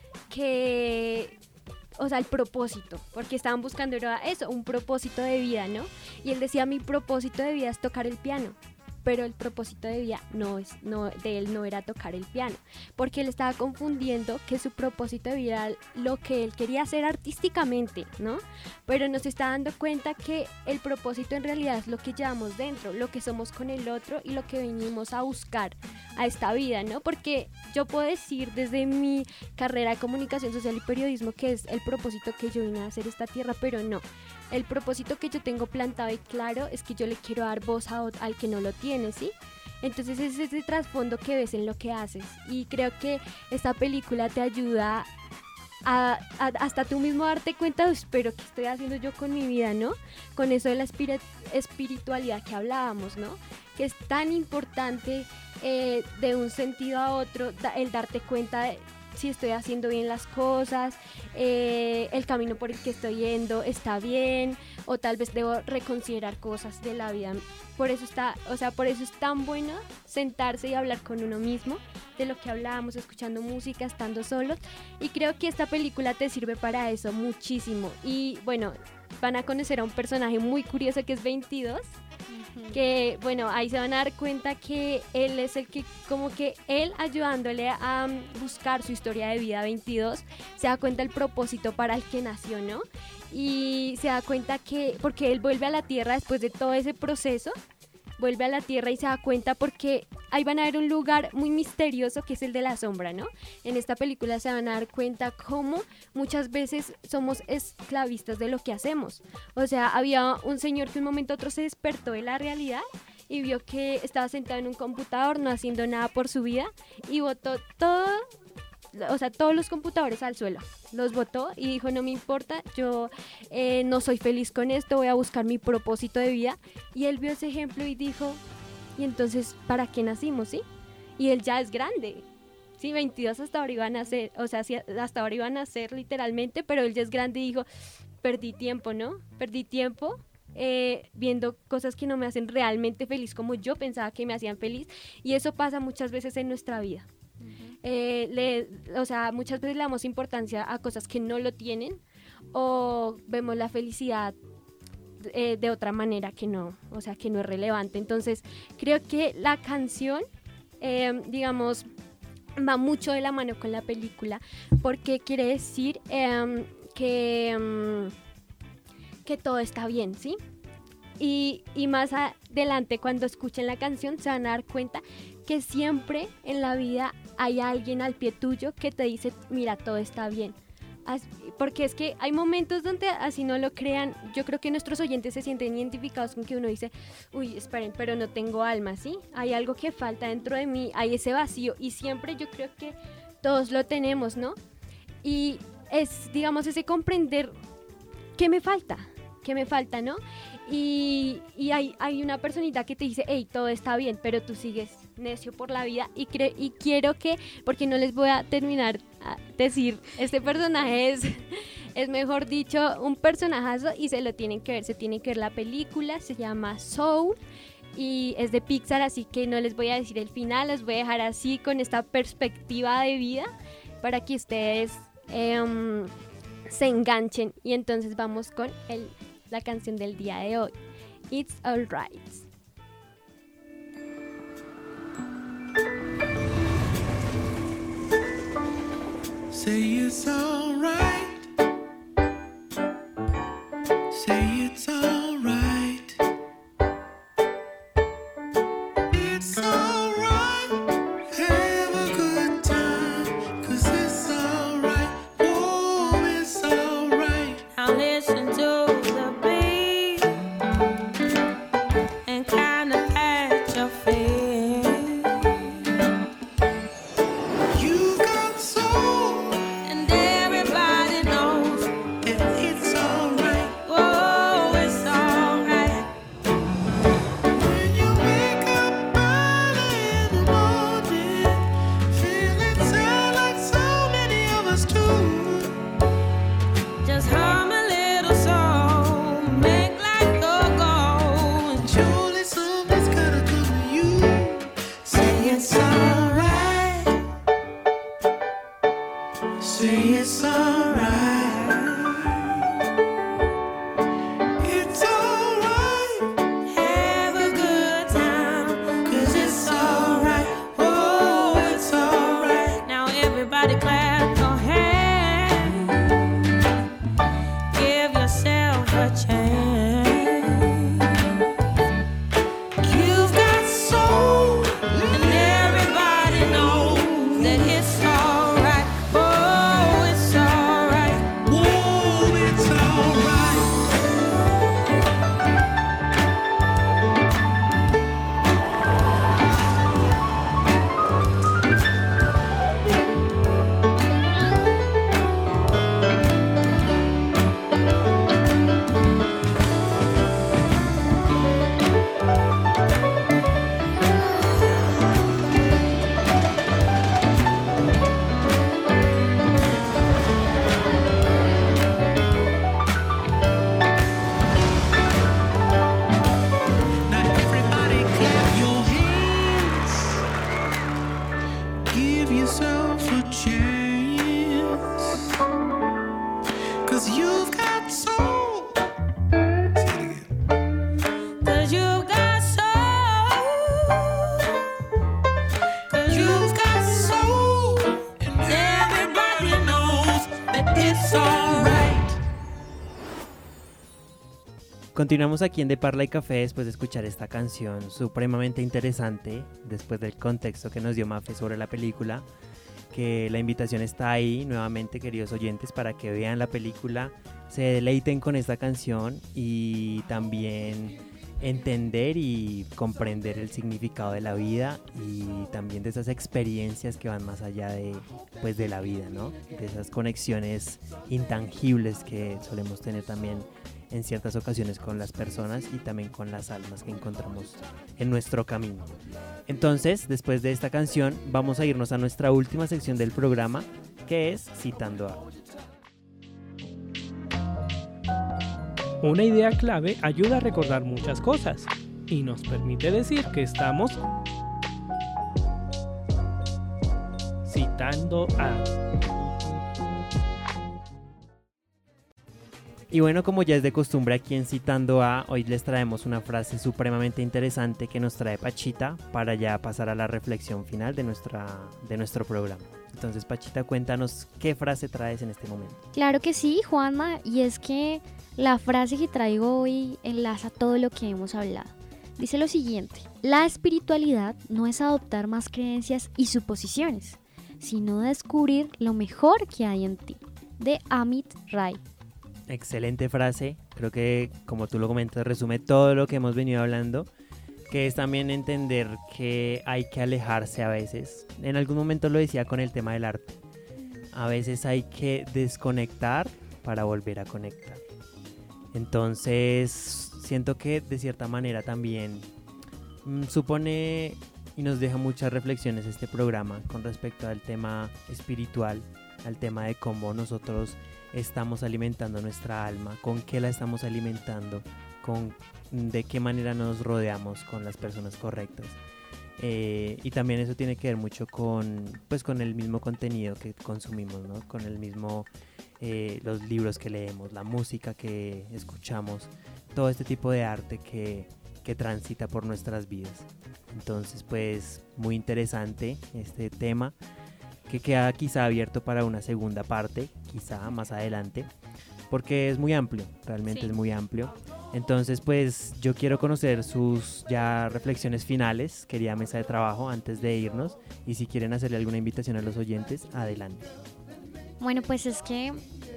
que, o sea, el propósito, porque estaban buscando era eso, un propósito de vida, ¿no? Y él decía, mi propósito de vida es tocar el piano. Pero el propósito de vida de él no era tocar el piano, porque él estaba confundiendo que su propósito de vida era lo que él quería hacer artísticamente, ¿no? Pero nos está dando cuenta que el propósito en realidad es lo que llevamos dentro, lo que somos con el otro y lo que venimos a buscar a esta vida, ¿no? Porque yo puedo decir desde mi carrera de comunicación social y periodismo que es el propósito que yo vine a hacer esta tierra, pero no. El propósito que yo tengo plantado y claro es que yo le quiero dar voz al que no lo tiene, ¿sí? Entonces es ese trasfondo que ves en lo que haces y creo que esta película te ayuda a hasta tú mismo darte cuenta, pero ¿qué estoy haciendo yo con mi vida, no? Con eso de la espiritualidad que hablábamos, ¿no? Que es tan importante de un sentido a otro, el darte cuenta de si estoy haciendo bien las cosas, el camino por el que estoy yendo está bien, o tal vez debo reconsiderar cosas de la vida. Por eso es tan bueno sentarse y hablar con uno mismo, de lo que hablábamos, escuchando música, estando solos, y creo que esta película te sirve para eso muchísimo. Y bueno, van a conocer a un personaje muy curioso que es 22, que bueno, ahí se van a dar cuenta que él es el que, como que él ayudándole a buscar su historia de vida 22, se da cuenta el propósito para el que nació, ¿no? Y se da cuenta que, porque él vuelve a la tierra después de todo ese proceso, vuelve a la tierra y se da cuenta porque ahí van a ver un lugar muy misterioso que es el de la sombra, ¿no? En esta película se van a dar cuenta cómo muchas veces somos esclavistas de lo que hacemos. O sea, había un señor que un momento a otro se despertó de la realidad y vio que estaba sentado en un computador no haciendo nada por su vida y botó todos los computadores al suelo, los botó y dijo, no me importa, yo no soy feliz con esto, voy a buscar mi propósito de vida. Y él vio ese ejemplo y dijo, y entonces, ¿para qué nacimos, sí? Y él ya es grande, sí, 22 hasta ahora iban a ser, o sea, sí, hasta ahora iban a ser literalmente, pero él ya es grande y dijo, perdí tiempo, ¿no? Perdí tiempo viendo cosas que no me hacen realmente feliz como yo pensaba que me hacían feliz, y eso pasa muchas veces en nuestra vida. Muchas veces le damos importancia a cosas que no lo tienen, o vemos la felicidad de otra manera que no es relevante. Entonces creo que la canción va mucho de la mano con la película, porque quiere decir que todo está bien, ¿sí? Y más adelante, cuando escuchen la canción, se van a dar cuenta que siempre en la vida hay alguien al pie tuyo que te dice, mira, todo está bien. Porque es que hay momentos donde, así no lo crean, yo creo que nuestros oyentes se sienten identificados con que uno dice, uy, esperen, pero no tengo alma, ¿sí? Hay algo que falta dentro de mí, hay ese vacío, y siempre yo creo que todos lo tenemos, ¿no? Y es, digamos, ese comprender qué me falta, ¿no? Y hay una personita que te dice, hey, todo está bien, pero tú sigues necio por la vida, y quiero que, porque no les voy a terminar a decir, este personaje es mejor dicho, un personajazo, y se tienen que ver la película, se llama Soul, y es de Pixar, así que no les voy a decir el final, les voy a dejar así con esta perspectiva de vida, para que ustedes se enganchen, y entonces vamos con la canción del día de hoy, It's Alright.
Say it's alright. Say it's alright. It's alright. Have a good time, 'cause it's alright. Oh, it's alright.
Now listen to the beat and kind of catch your feet.
You got soul,
And everybody knows,
and it's alright.
oh, it's alright.
When you wake up early in the morning, feeling sad like so many of us do.
Just hum a little song, make life go.
Surely something's gonna come to you. Say it's alright. Say it's alright. It's alright.
Have a good time,
'Cause it's alright. Oh, it's alright.
now everybody clap your hands. Give yourself a chance.
You've got soul,
And everybody knows that it's alright. Oh, it's alright.
oh, it's alright. Now everybody clap your hands. Give yourself a chance. 'Cause you've got soul. Say it again.
'Cause you got soul. 'Cause
You've got soul. And everybody knows that it's alright.
Continuamos aquí en De Parla y Café después de escuchar esta canción supremamente interesante, después del contexto que nos dio Mafe sobre la película, que la invitación está ahí nuevamente, queridos oyentes, para que vean la película, se deleiten con esta canción y también entender y comprender el significado de la vida y también de esas experiencias que van más allá de, pues, de la vida, ¿no? De esas conexiones intangibles que solemos tener también en ciertas ocasiones con las personas y también con las almas que encontramos en nuestro camino. Entonces, después de esta canción, vamos a irnos a nuestra última sección del programa, que es Citando a.
Una idea clave ayuda a recordar muchas cosas y nos permite decir que estamos citando a...
Y bueno, como ya es de costumbre aquí en Citando a, hoy les traemos una frase supremamente interesante que nos trae Pachita para ya pasar a la reflexión final de nuestro programa. Entonces, Pachita, cuéntanos qué frase traes en este momento.
Claro que sí, Juanma, y es que la frase que traigo hoy enlaza todo lo que hemos hablado. Dice lo siguiente: la espiritualidad no es adoptar más creencias y suposiciones, sino descubrir lo mejor que hay en ti. De Amit Ray.
Excelente frase, creo que como tú lo comentas resume todo lo que hemos venido hablando, que es también entender que hay que alejarse a veces. En algún momento lo decía con el tema del arte, a veces hay que desconectar para volver a conectar. Entonces siento que de cierta manera también supone y nos deja muchas reflexiones este programa con respecto al tema espiritual, al tema de cómo nosotros estamos alimentando nuestra alma, con qué la estamos alimentando, de qué manera nos rodeamos con las personas correctas. Y también eso tiene que ver mucho con el mismo contenido que consumimos, ¿no? Con el mismo, los libros que leemos, la música que escuchamos, todo este tipo de arte que transita por nuestras vidas. Entonces, pues, muy interesante este tema, que queda quizá abierto para una segunda parte, quizá más adelante, porque es muy amplio, realmente es muy amplio. Entonces, pues yo quiero conocer sus ya reflexiones finales, querida mesa de trabajo, antes de irnos, y si quieren hacerle alguna invitación a los oyentes, adelante.
Bueno, pues es que,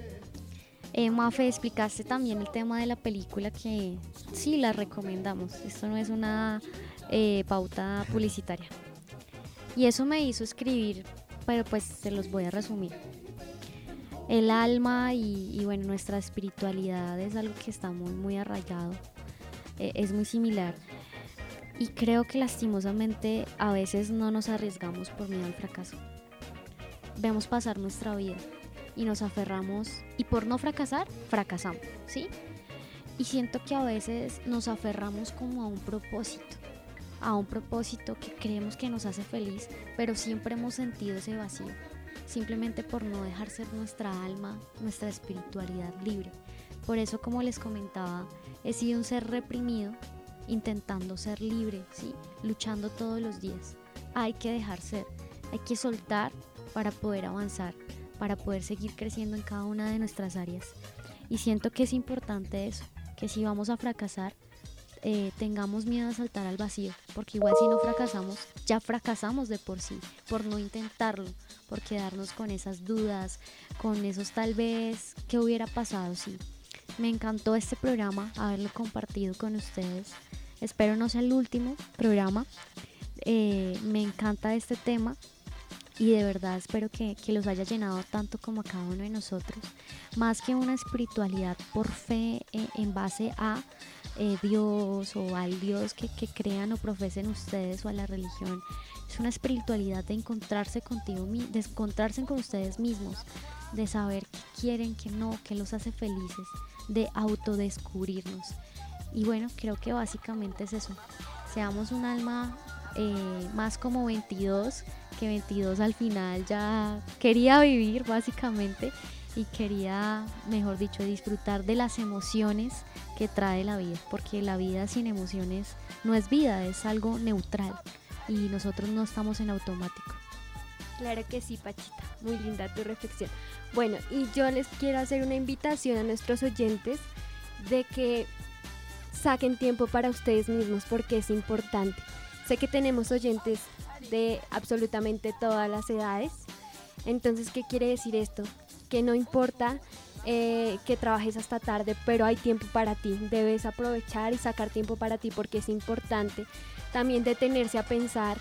Mafe, explicaste también el tema de la película, que sí la recomendamos. Esto no es una pauta publicitaria. Y eso me hizo escribir, pero pues se los voy a resumir. El alma y bueno, nuestra espiritualidad es algo que está muy, muy arraigado. Es muy similar. Y creo que lastimosamente a veces no nos arriesgamos por miedo al fracaso. Vemos pasar nuestra vida y nos aferramos, y por no fracasar, fracasamos, ¿sí? Y siento que a veces nos aferramos como a un propósito que creemos que nos hace feliz, pero siempre hemos sentido ese vacío, simplemente por no dejar ser nuestra alma, nuestra espiritualidad libre. Por eso, como les comentaba, he sido un ser reprimido, intentando ser libre, ¿sí? Luchando todos los días. Hay que dejar ser, hay que soltar para poder avanzar, para poder seguir creciendo en cada una de nuestras áreas. Y siento que es importante eso, que si vamos a fracasar, tengamos miedo a saltar al vacío, porque igual si no fracasamos, ya fracasamos de por sí, por no intentarlo, por quedarnos con esas dudas, con esos tal vez, ¿qué hubiera pasado si? Me encantó este programa, haberlo compartido con ustedes. Espero no sea el último programa. Me encanta este tema y de verdad espero que los haya llenado tanto como a cada uno de nosotros. Más que una espiritualidad por fe en base a Dios o al Dios que crean o profesen ustedes, o a la religión. Es una espiritualidad de encontrarse de encontrarse con ustedes mismos, de saber qué quieren, qué no, qué los hace felices, de autodescubrirnos. Y bueno, creo que básicamente es eso. Seamos un alma más como 22, que 22 al final ya quería vivir básicamente, y quería, mejor dicho, disfrutar de las emociones que trae la vida, porque la vida sin emociones no es vida, es algo neutral y nosotros no estamos en automático.
Claro que sí, Pachita, muy linda tu reflexión. Bueno, y yo les quiero hacer una invitación a nuestros oyentes de que saquen tiempo para ustedes mismos, porque es importante. Sé que tenemos oyentes de absolutamente todas las edades. Entonces, ¿qué quiere decir esto? Que no importa que trabajes hasta tarde, pero hay tiempo para ti. Debes aprovechar y sacar tiempo para ti, porque es importante también detenerse a pensar,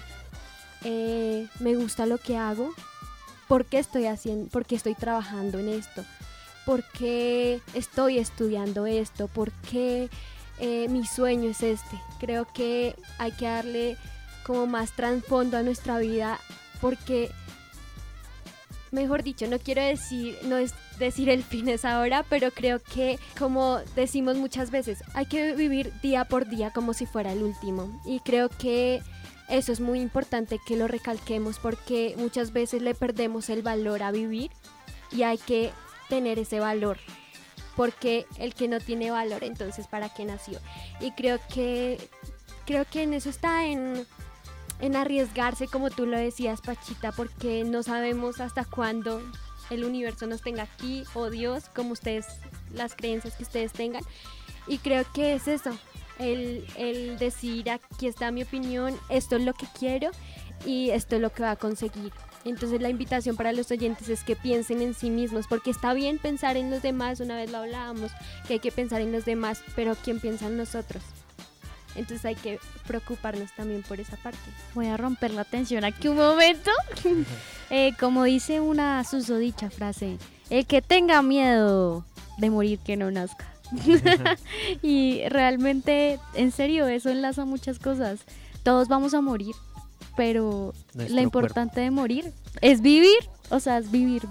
me gusta lo que hago, ¿por qué estoy trabajando en esto? ¿Por qué estoy estudiando esto? ¿Por qué mi sueño es este? Creo que hay que darle como más trasfondo a nuestra vida, porque mejor dicho, no quiero decir, no es decir el fin es ahora, pero creo que, como decimos muchas veces, hay que vivir día por día como si fuera el último. Y creo que eso es muy importante que lo recalquemos, porque muchas veces le perdemos el valor a vivir y hay que tener ese valor, porque el que no tiene valor, entonces ¿para qué nació? Y creo que en eso está, en arriesgarse, como tú lo decías, Pachita, porque no sabemos hasta cuándo el universo nos tenga aquí, o Dios, como ustedes, las creencias que ustedes tengan. Y creo que es eso, el decir, aquí está mi opinión, esto es lo que quiero y esto es lo que va a conseguir. Entonces la invitación para los oyentes es que piensen en sí mismos, porque está bien pensar en los demás, una vez lo hablábamos, que hay que pensar en los demás, pero ¿quién piensa en nosotros? Entonces hay que preocuparnos también por esa parte.
Voy a romper la tensión aquí un momento. Como dice una susodicha frase, el que tenga miedo de morir que no nazca. Y realmente, en serio, eso enlaza muchas cosas. Todos vamos a morir, pero lo importante de morir es vivir, o sea, es vivir.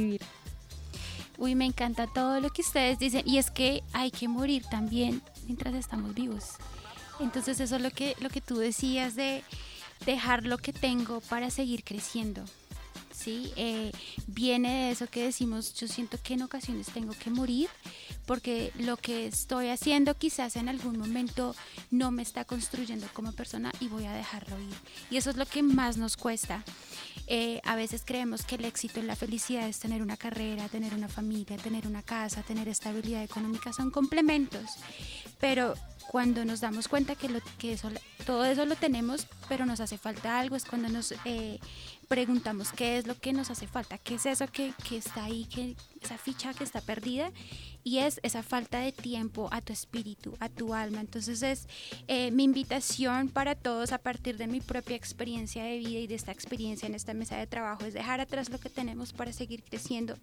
Uy, me encanta todo lo que ustedes dicen, y es que hay que morir también mientras estamos vivos. Entonces eso es lo que tú decías, de dejar lo que tengo para seguir creciendo, ¿sí? Viene de eso que decimos, yo siento que en ocasiones tengo que morir porque lo que estoy haciendo quizás en algún momento no me está construyendo como persona y voy a dejarlo ir. Y eso es lo que más nos cuesta. A veces creemos que el éxito y la felicidad es tener una carrera, tener una familia, tener una casa, tener estabilidad económica, son complementos, pero cuando nos damos cuenta que todo eso lo tenemos, pero nos hace falta algo, es cuando nos preguntamos qué es lo que nos hace falta, qué es eso que está ahí, esa ficha que está perdida, y es esa falta de tiempo a tu espíritu, a tu alma. Entonces es mi invitación para todos, a partir de mi propia experiencia de vida y de esta experiencia en esta mesa de trabajo, es dejar atrás lo que tenemos para seguir creciendo,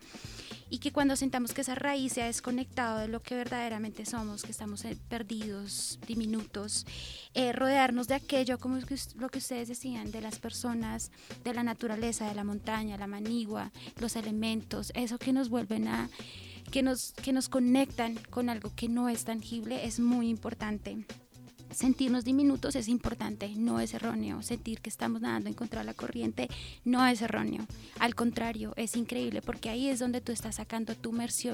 y que cuando sintamos que esa raíz se ha desconectado de lo que verdaderamente somos, que estamos perdidos, diminutos, rodearnos de aquello, como lo que ustedes decían, de las personas, de la naturaleza, de la montaña, la manigua, los elementos, eso que nos vuelven que nos conectan con algo que no es tangible, es muy importante. Sentirnos diminutos es importante, no es erróneo. Sentir que estamos nadando en contra de la corriente no es erróneo. Al contrario, es increíble, porque ahí es donde tú estás sacando tu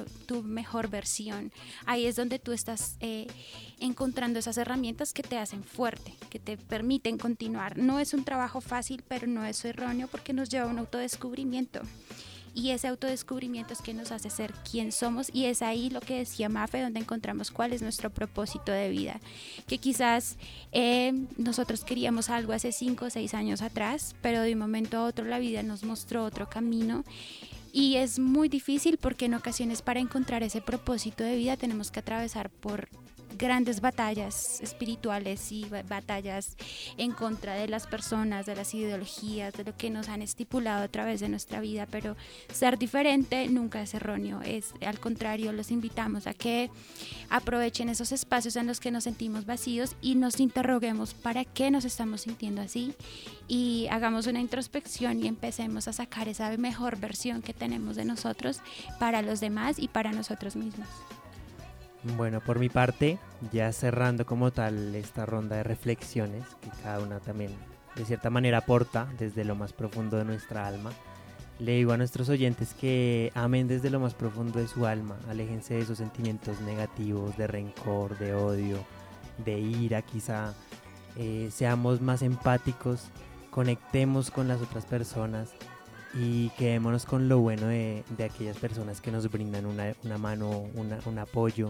mejor versión. Ahí es donde tú estás encontrando esas herramientas que te hacen fuerte, que te permiten continuar. No es un trabajo fácil, pero no es erróneo, porque nos lleva a un autodescubrimiento. Y ese autodescubrimiento es que nos hace ser quien somos, y es ahí lo que decía Mafe, donde encontramos cuál es nuestro propósito de vida, que quizás nosotros queríamos algo hace 5 o 6 años atrás, pero de un momento a otro la vida nos mostró otro camino, y es muy difícil porque en ocasiones para encontrar ese propósito de vida tenemos que atravesar por grandes batallas espirituales y batallas en contra de las personas, de las ideologías, de lo que nos han estipulado a través de nuestra vida, pero ser diferente nunca es erróneo, al contrario, los invitamos a que aprovechen esos espacios en los que nos sentimos vacíos y nos interroguemos para qué nos estamos sintiendo así, y hagamos una introspección y empecemos a sacar esa mejor versión que tenemos de nosotros para los demás y para nosotros mismos.
Bueno, por mi parte, ya cerrando como tal esta ronda de reflexiones, que cada una también de cierta manera aporta desde lo más profundo de nuestra alma, le digo a nuestros oyentes que amen desde lo más profundo de su alma, aléjense de esos sentimientos negativos, de rencor, de odio, de ira quizá, seamos más empáticos, conectemos con las otras personas y quedémonos con lo bueno de aquellas personas que nos brindan una mano, un apoyo,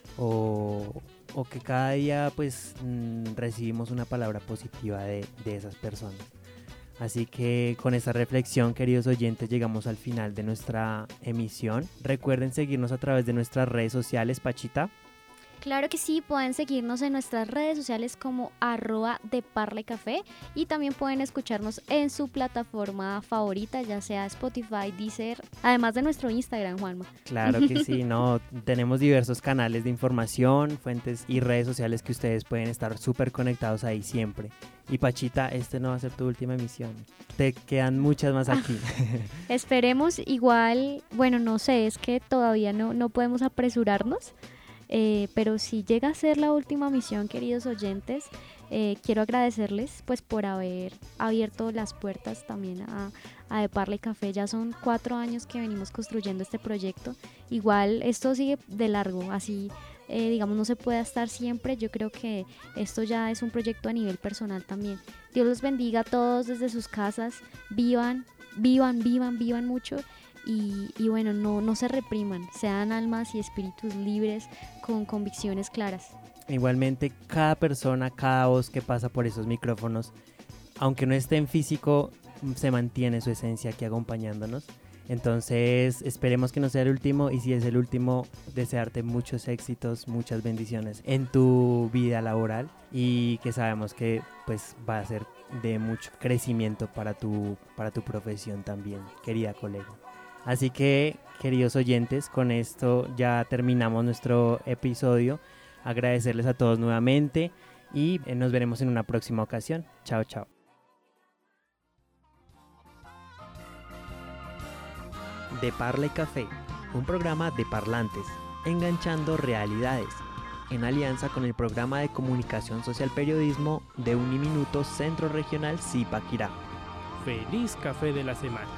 o que cada día pues recibimos una palabra positiva de esas personas. Así que con esta reflexión, queridos oyentes, llegamos al final de nuestra emisión. Recuerden seguirnos a través de nuestras redes sociales, Pachita.
Claro que sí, pueden seguirnos en nuestras redes sociales como @deparlaycafé y también pueden escucharnos en su plataforma favorita, ya sea Spotify, Deezer, además de nuestro Instagram, Juanma.
Claro que sí, no, tenemos diversos canales de información, fuentes y redes sociales que ustedes pueden estar súper conectados ahí siempre. Y Pachita, este no va a ser tu última emisión, te quedan muchas más aquí.
Esperemos, igual, bueno, no sé, es que todavía no podemos apresurarnos. Pero si llega a ser la última misión, queridos oyentes, quiero agradecerles pues por haber abierto las puertas también a De Parla y Café. Ya son 4 años que venimos construyendo este proyecto. Igual esto sigue de largo, así digamos no se puede estar siempre. Yo creo que esto ya es un proyecto a nivel personal también. Dios los bendiga a todos desde sus casas, vivan mucho. Y bueno, no se repriman, sean almas y espíritus libres con convicciones claras.
Igualmente, cada persona, cada voz que pasa por esos micrófonos, aunque no esté en físico, se mantiene su esencia aquí acompañándonos. Entonces, esperemos que no sea el último, y si es el último, desearte muchos éxitos, muchas bendiciones en tu vida laboral, y que sabemos que pues va a ser de mucho crecimiento para tu profesión también, querida colega. Así que, queridos oyentes, con esto ya terminamos nuestro episodio. Agradecerles a todos nuevamente y nos veremos en una próxima ocasión. Chao, chao. De Parla y Café, un programa de parlantes, enganchando realidades, en alianza con el programa de comunicación social periodismo de Uniminuto Centro Regional Zipaquirá.
Feliz café de la semana.